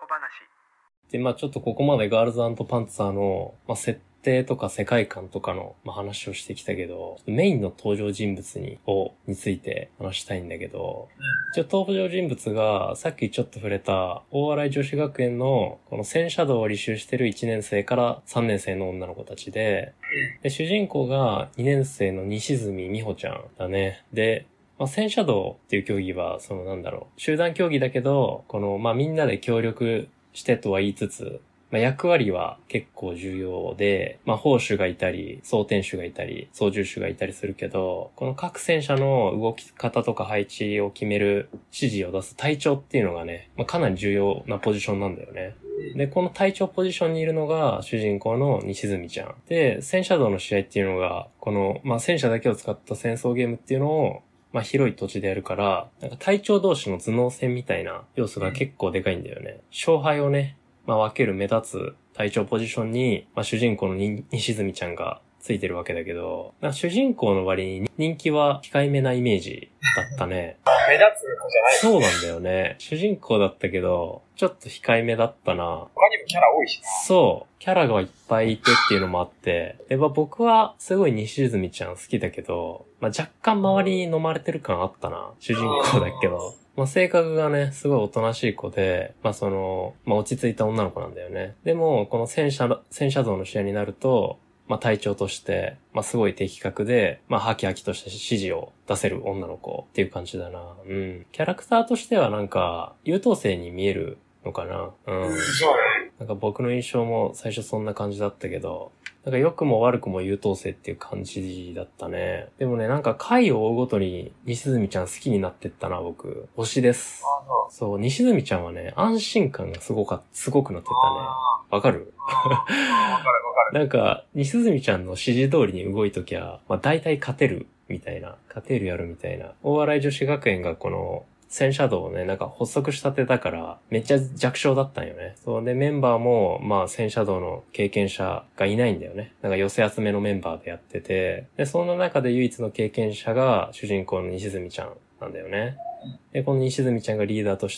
小話。 で、ちょっとここまでガールズ&パンツァーの、設定とか世界観とかの、話をしてきたけど、メインの登場人物について話したいんだけど、一応登場人物が、さっきちょっと触れた、大洗女子学園の、この戦車道を履修してる1年生から3年生の女の子たちで、主人公が2年生の西住美穂ちゃんだね。で、戦車道っていう競技は、集団競技だけど、みんなで協力してとは言いつつ、役割は結構重要で、砲手がいたり、装填手がいたり、操縦手がいたりするけど、この各戦車の動き方とか配置を決める指示を出す隊長っていうのがね、かなり重要なポジションなんだよね。で、この隊長ポジションにいるのが主人公の西住ちゃん。で、戦車道の試合っていうのが、戦車だけを使った戦争ゲームっていうのを、広い土地でやるから、隊長同士の頭脳戦みたいな要素が結構でかいんだよね。勝敗をね、分ける目立つ隊長ポジションに、主人公の西住ちゃんがついてるわけだけど、主人公の割に人気は控えめなイメージだったね。 目立つ子じゃない。 そうなんだよね。主人公だったけど、ちょっと控えめだったな。 他にもキャラ多いしな。 そう。キャラがいっぱいいてっていうのもあって、で、僕はすごい西住ちゃん好きだけど、若干周りに飲まれてる感あったな。主人公だけど。性格がね、すごいおとなしい子で、落ち着いた女の子なんだよね。でも、この戦車道の試合になると、隊長として、すごい的確で、ハキハキとした指示を出せる女の子っていう感じだな。うん。キャラクターとしては優等生に見えるのかな。うん。 そうね。 僕の印象も最初そんな感じだったけど、良くも悪くも優等生っていう感じだったね。でもね、回を追うごとに西住ちゃん好きになってったな、僕。推しです。そう、西住ちゃんはね、安心感がすごくなってったね。わかる？ わかる。 西住ちゃんの指示通りに動いときゃ、大体勝てるみたいな。勝てるやるみたいな。大洗女子学園がこの、戦車道をね、発足したてだから、めっちゃ弱小だったんよね。そうで、メンバーも、戦車道の経験者がいないんだよね。寄せ集めのメンバーでやってて、で、そんな中で唯一の経験者が主人公の西住ちゃんなんだよね。で、この西住ちゃんがリーダーとして、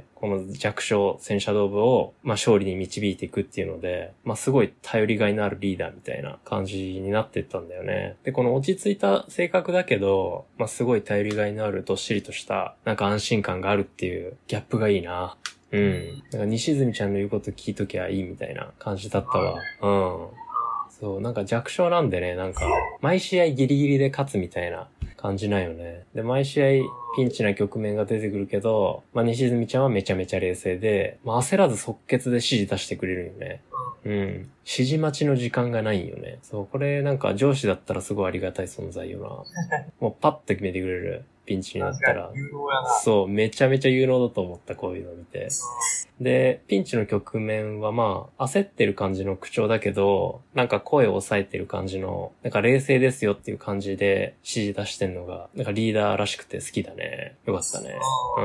この弱小戦車道部を、勝利に導いていくっていうので、すごい頼りがいのあるリーダーみたいな感じになっていったんだよね。で、この落ち着いた性格だけど、すごい頼りがいのあるどっしりとした、安心感があるっていうギャップがいいな。うん。西住ちゃんの言うこと聞いときゃいいみたいな感じだったわ。うん。そう、弱小なんでね、毎試合ギリギリで勝つみたいな感じないよね。で、毎試合ピンチな局面が出てくるけど、西住ちゃんはめちゃめちゃ冷静で、焦らず即決で指示出してくれるよね。うん。指示待ちの時間がないよね。そう、これ上司だったらすごいありがたい存在よな。もうパッと決めてくれる。ピンチになったら。そう、めちゃめちゃ有能だと思った、こういうのを見て。で、ピンチの局面は焦ってる感じの口調だけど、声を抑えてる感じの、冷静ですよっていう感じで指示出してんのが、リーダーらしくて好きだね。よかったね。うん。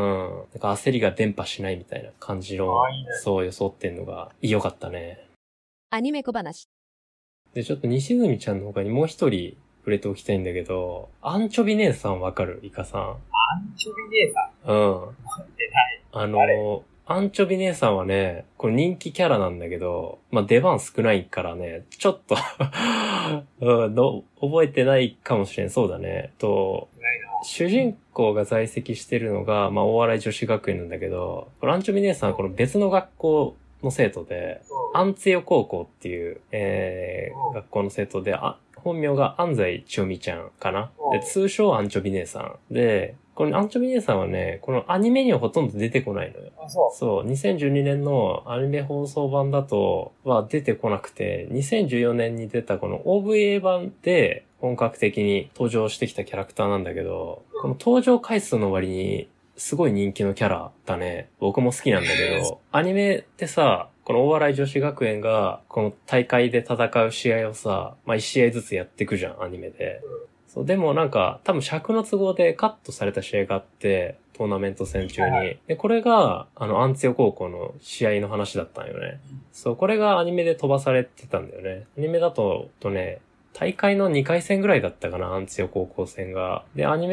焦りが伝播しないみたいな感じの、そう装ってんのが良かったね。 アニメ小話。 で、ちょっと西住ちゃんの他にもう一人触れておきたいんだけど、アンチョビ姉さんわかる？イカさん。 アンチョビ姉さん？ うん。アンチョビ姉さんはね、これ人気キャラなんだけど、出番少ないからね、ちょっと覚えてないかもしれん。そうだね。主人公が在籍してるのが、大洗女子学園なんだけど、アンチョビ姉さんはこの別の学校の生徒で、アンツヨ高校っていう、学校の生徒で、本名が安西千代美ちゃんかな。で、通称アンチョビ姉さん。で、このアンチョビ姉さんはね、このアニメにはほとんど出てこないのよ。そう。2012年のアニメ放送版だとは出てこなくて、2014年に出たこの OVA 版で本格的に登場してきたキャラクターなんだけど、この登場回数の割にすごい人気のキャラだね。僕も好きなんだけど、アニメってさ、この大洗女子学園がこの大会で戦う試合をさ、一試合ずつやっていくじゃん、アニメで。そう、でも多分尺の都合でカットされた試合があって、トーナメント戦中に。で、これが、アンツヨ高校の試合の話だったんよね。そう、これがアニメで飛ばされてたんだよね。アニメだとね、大会の2回戦ぐらいだったかな、アンツヨ高校戦が。で、アニメだって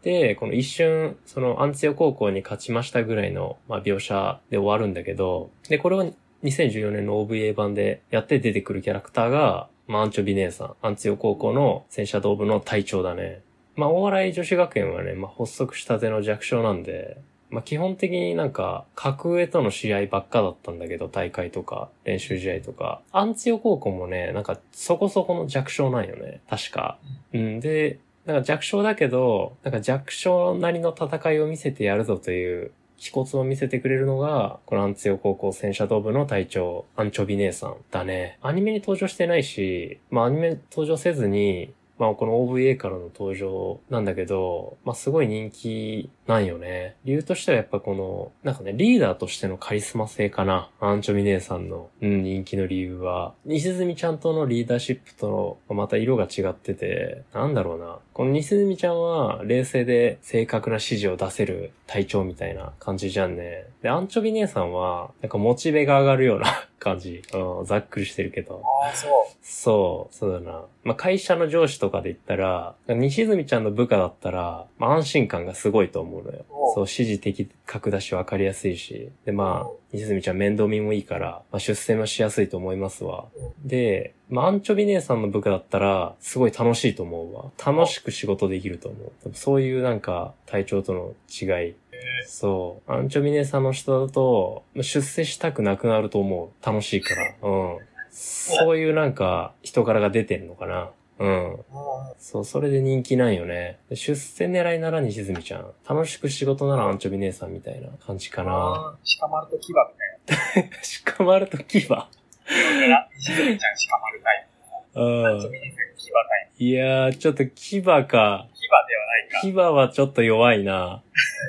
で、この一瞬、そのアンツヨ高校に勝ちましたぐらいの、まあ、描写で終わるんだけど、で、これを2014年の OVA 版でやって出てくるキャラクターが、まあ、アンチョビ姉さん、アンツヨ高校の戦車道部の隊長だね。まあ、大洗女子学園はね、まあ、発足したての弱小なんで、まあ、基本的になんか、格上との試合ばっかだったんだけど、大会とか、練習試合とか。アンツヨ高校もね、なんか、そこそこの弱小なんよね。確か。うん。で、なんか弱小だけど、なんか弱小なりの戦いを見せてやるぞという、気骨を見せてくれるのが、このアンツヨ高校戦車道部の隊長、アンチョビ姉さんだね。アニメに登場してないし、まあアニメ登場せずに、まあこの OVA からの登場なんだけど、まあすごい人気なんよね。理由としてはやっぱこの、なんかね、リーダーとしてのカリスマ性かな。アンチョビ姉さんの、人気の理由は、西住ちゃんとのリーダーシップとの、また色が違ってて、なんだろうな。この西住ちゃんは冷静で正確な指示を出せる隊長みたいな感じじゃんね。で、アンチョビ姉さんは、なんかモチベが上がるような感じ。ざっくりしてるけど。 ああ、そう。 そうだな。まあ、会社の上司とかで言ったら、西住ちゃんの部下だったら、まあ、安心感がすごいと思うのよ。そう、指示的確だし分かりやすいし。で、まあ、西住ちゃん面倒見もいいから、まあ、出世もしやすいと思いますわ。で、まあ、アンチョビ姉さんの部下だったら、すごい楽しいと思うわ。楽しく仕事できると思う。そういうなんか、隊長との違い。そう。アンチョビ姉さんの人だと、出世したくなくなると思う。楽しいから。そういうなんか、人柄が出てるのかな。そう、それで人気なんよね。出世狙いなら西住ちゃん。楽しく仕事ならアンチョビ姉さんみたいな感じかな。 鹿丸と牙みたいな。 鹿丸と牙。 西住ちゃん鹿丸タイプ。アンチョビ姉さん牙タイプ。 いやー、ちょっと牙か。 牙ではないか。 牙はちょっと弱いな。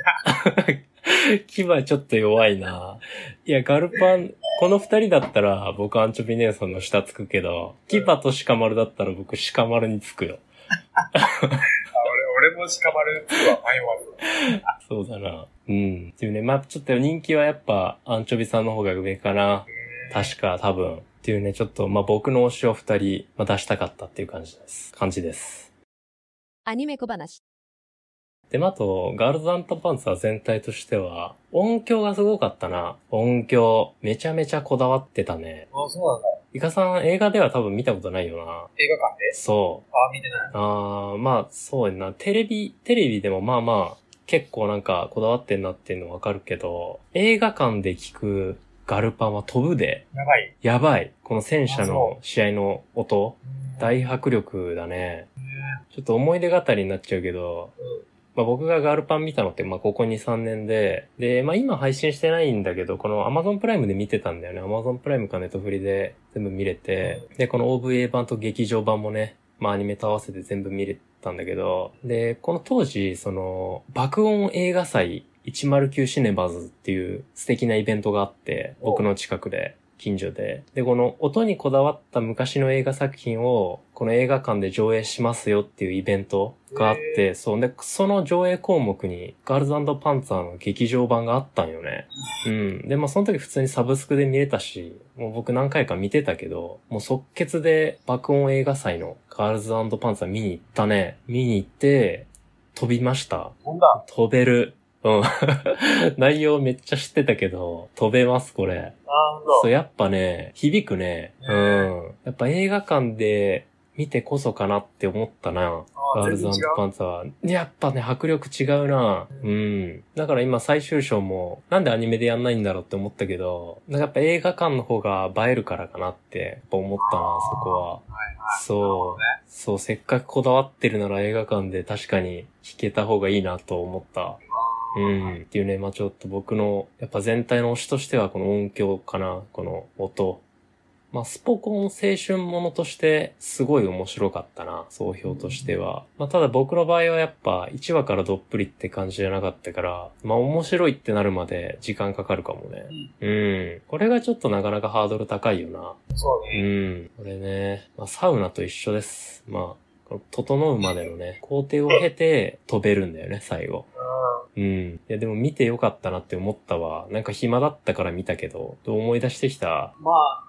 牙ちょっと弱いな。いや、ガルパン、この二人だったら僕アンチョビ姉さんの下つくけど、牙と鹿丸だったら僕鹿丸につくよ。 俺も鹿丸つくわ、迷わず。 そうだな。っていうね、まあちょっと人気はやっぱアンチョビさんの方が上かな。確か、多分。っていうね、ちょっと、まあ僕の推しを二人、まあ、出したかったっていう感じです。 アニメ小話。 で、まあ、あと、ガールズ&パンツァー全体としては、音響がすごかったな。音響。めちゃめちゃこだわってたね。 あ、そうなんだ。 イカさん、映画では多分見たことないよな。 映画館で？ そう。 あ、見てない。 まあ、そうやな。テレビでもまあまあ、結構なんかこだわってんなっていうのわかるけど、映画館で聞くガルパンは飛ぶで。やばい。この戦車の試合の音。大迫力だね。ちょっと思い出語りになっちゃうけど、まあ僕がガルパン見たのってまあここ2、3年で、まあ今配信してないんだけど、この Amazon プライムで見てたんだよね。Amazon プライムかネットフリで全部見れて、で、この OVA 版と劇場版もね、まあアニメと合わせて全部見れたんだけど、で、この当時、その、爆音映画祭109シネマズっていう素敵なイベントがあって、僕の近くで。近所で。で、この音にこだわった昔の映画作品を、この映画館で上映しますよっていうイベントがあって、そう。で、その上映項目に、ガールズ&パンツァーの劇場版があったんよね。で、まあその時普通にサブスクで見れたし、もう僕何回か見てたけど、もう即決で爆音映画祭のガールズ&パンツァー見に行ったね。見に行って、飛びました。飛べる。内容めっちゃ知ってたけど、飛べます、これ。そう、やっぱね、響くね。やっぱ映画館で見てこそかなって思ったな。ガールズ&パンツァーは。やっぱね、迫力違うな。だから今最終章も、なんでアニメでやんないんだろうって思ったけど、やっぱ映画館の方が映えるからかなってやっぱ思ったな、そこは。そう、せっかくこだわってるなら映画館で確かに弾けた方がいいなと思った。っていうね、まあちょっと僕の、やっぱ全体の推しとしてはこの音響かな、この音。まあスポコン青春ものとしてすごい面白かったな、総評としては。まあただ僕の場合はやっぱ1話からどっぷりって感じじゃなかったから、まあ面白いってなるまで時間かかるかもね。これがちょっとなかなかハードル高いよな。 そうね。 これね、まあサウナと一緒です。まあ、整うまでのね、工程を経て飛べるんだよね、最後。いや、でも見てよかったなって思ったわ。なんか暇だったから見たけど、どう思い出してきた？ まあ、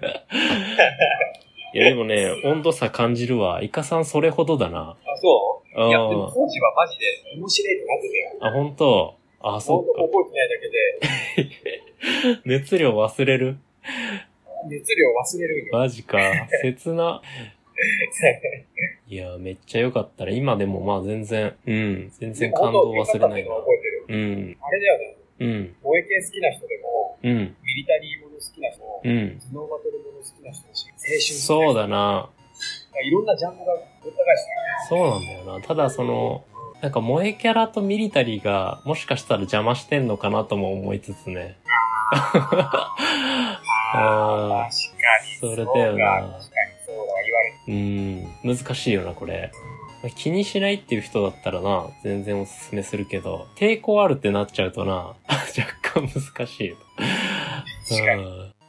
いや、でもね、温度差感じるわ。イカさんそれほどだな。 あ、そあいや、でも当時はマジで面白いとなってたよ。 あ、本当。あ、そうか。 覚えてないだけで、 熱量忘れる？ 熱量忘れるよ。 マジか。切な。いや、めっちゃ良かったね。今でもまあ全然感動忘れないな。うん。 あれだよね。 うん。 萌え系好きな人でも、 うん。 ミリタリーもの好きな人、 うん。 頭脳バトルもの好きな人だし、青春そうだな。 いろんなジャンルがお互いしそうなんだよな。ただなんか萌えキャラとミリタリーがもしかしたら邪魔してんのかなとも思いつつね。ああ、 確かに。 それだよな。 確かにそうだ、言われる。難しいよな、これ。気にしないっていう人だったらな、全然おすすめするけど、抵抗あるってなっちゃうとな、若干難しいよ。 確かに。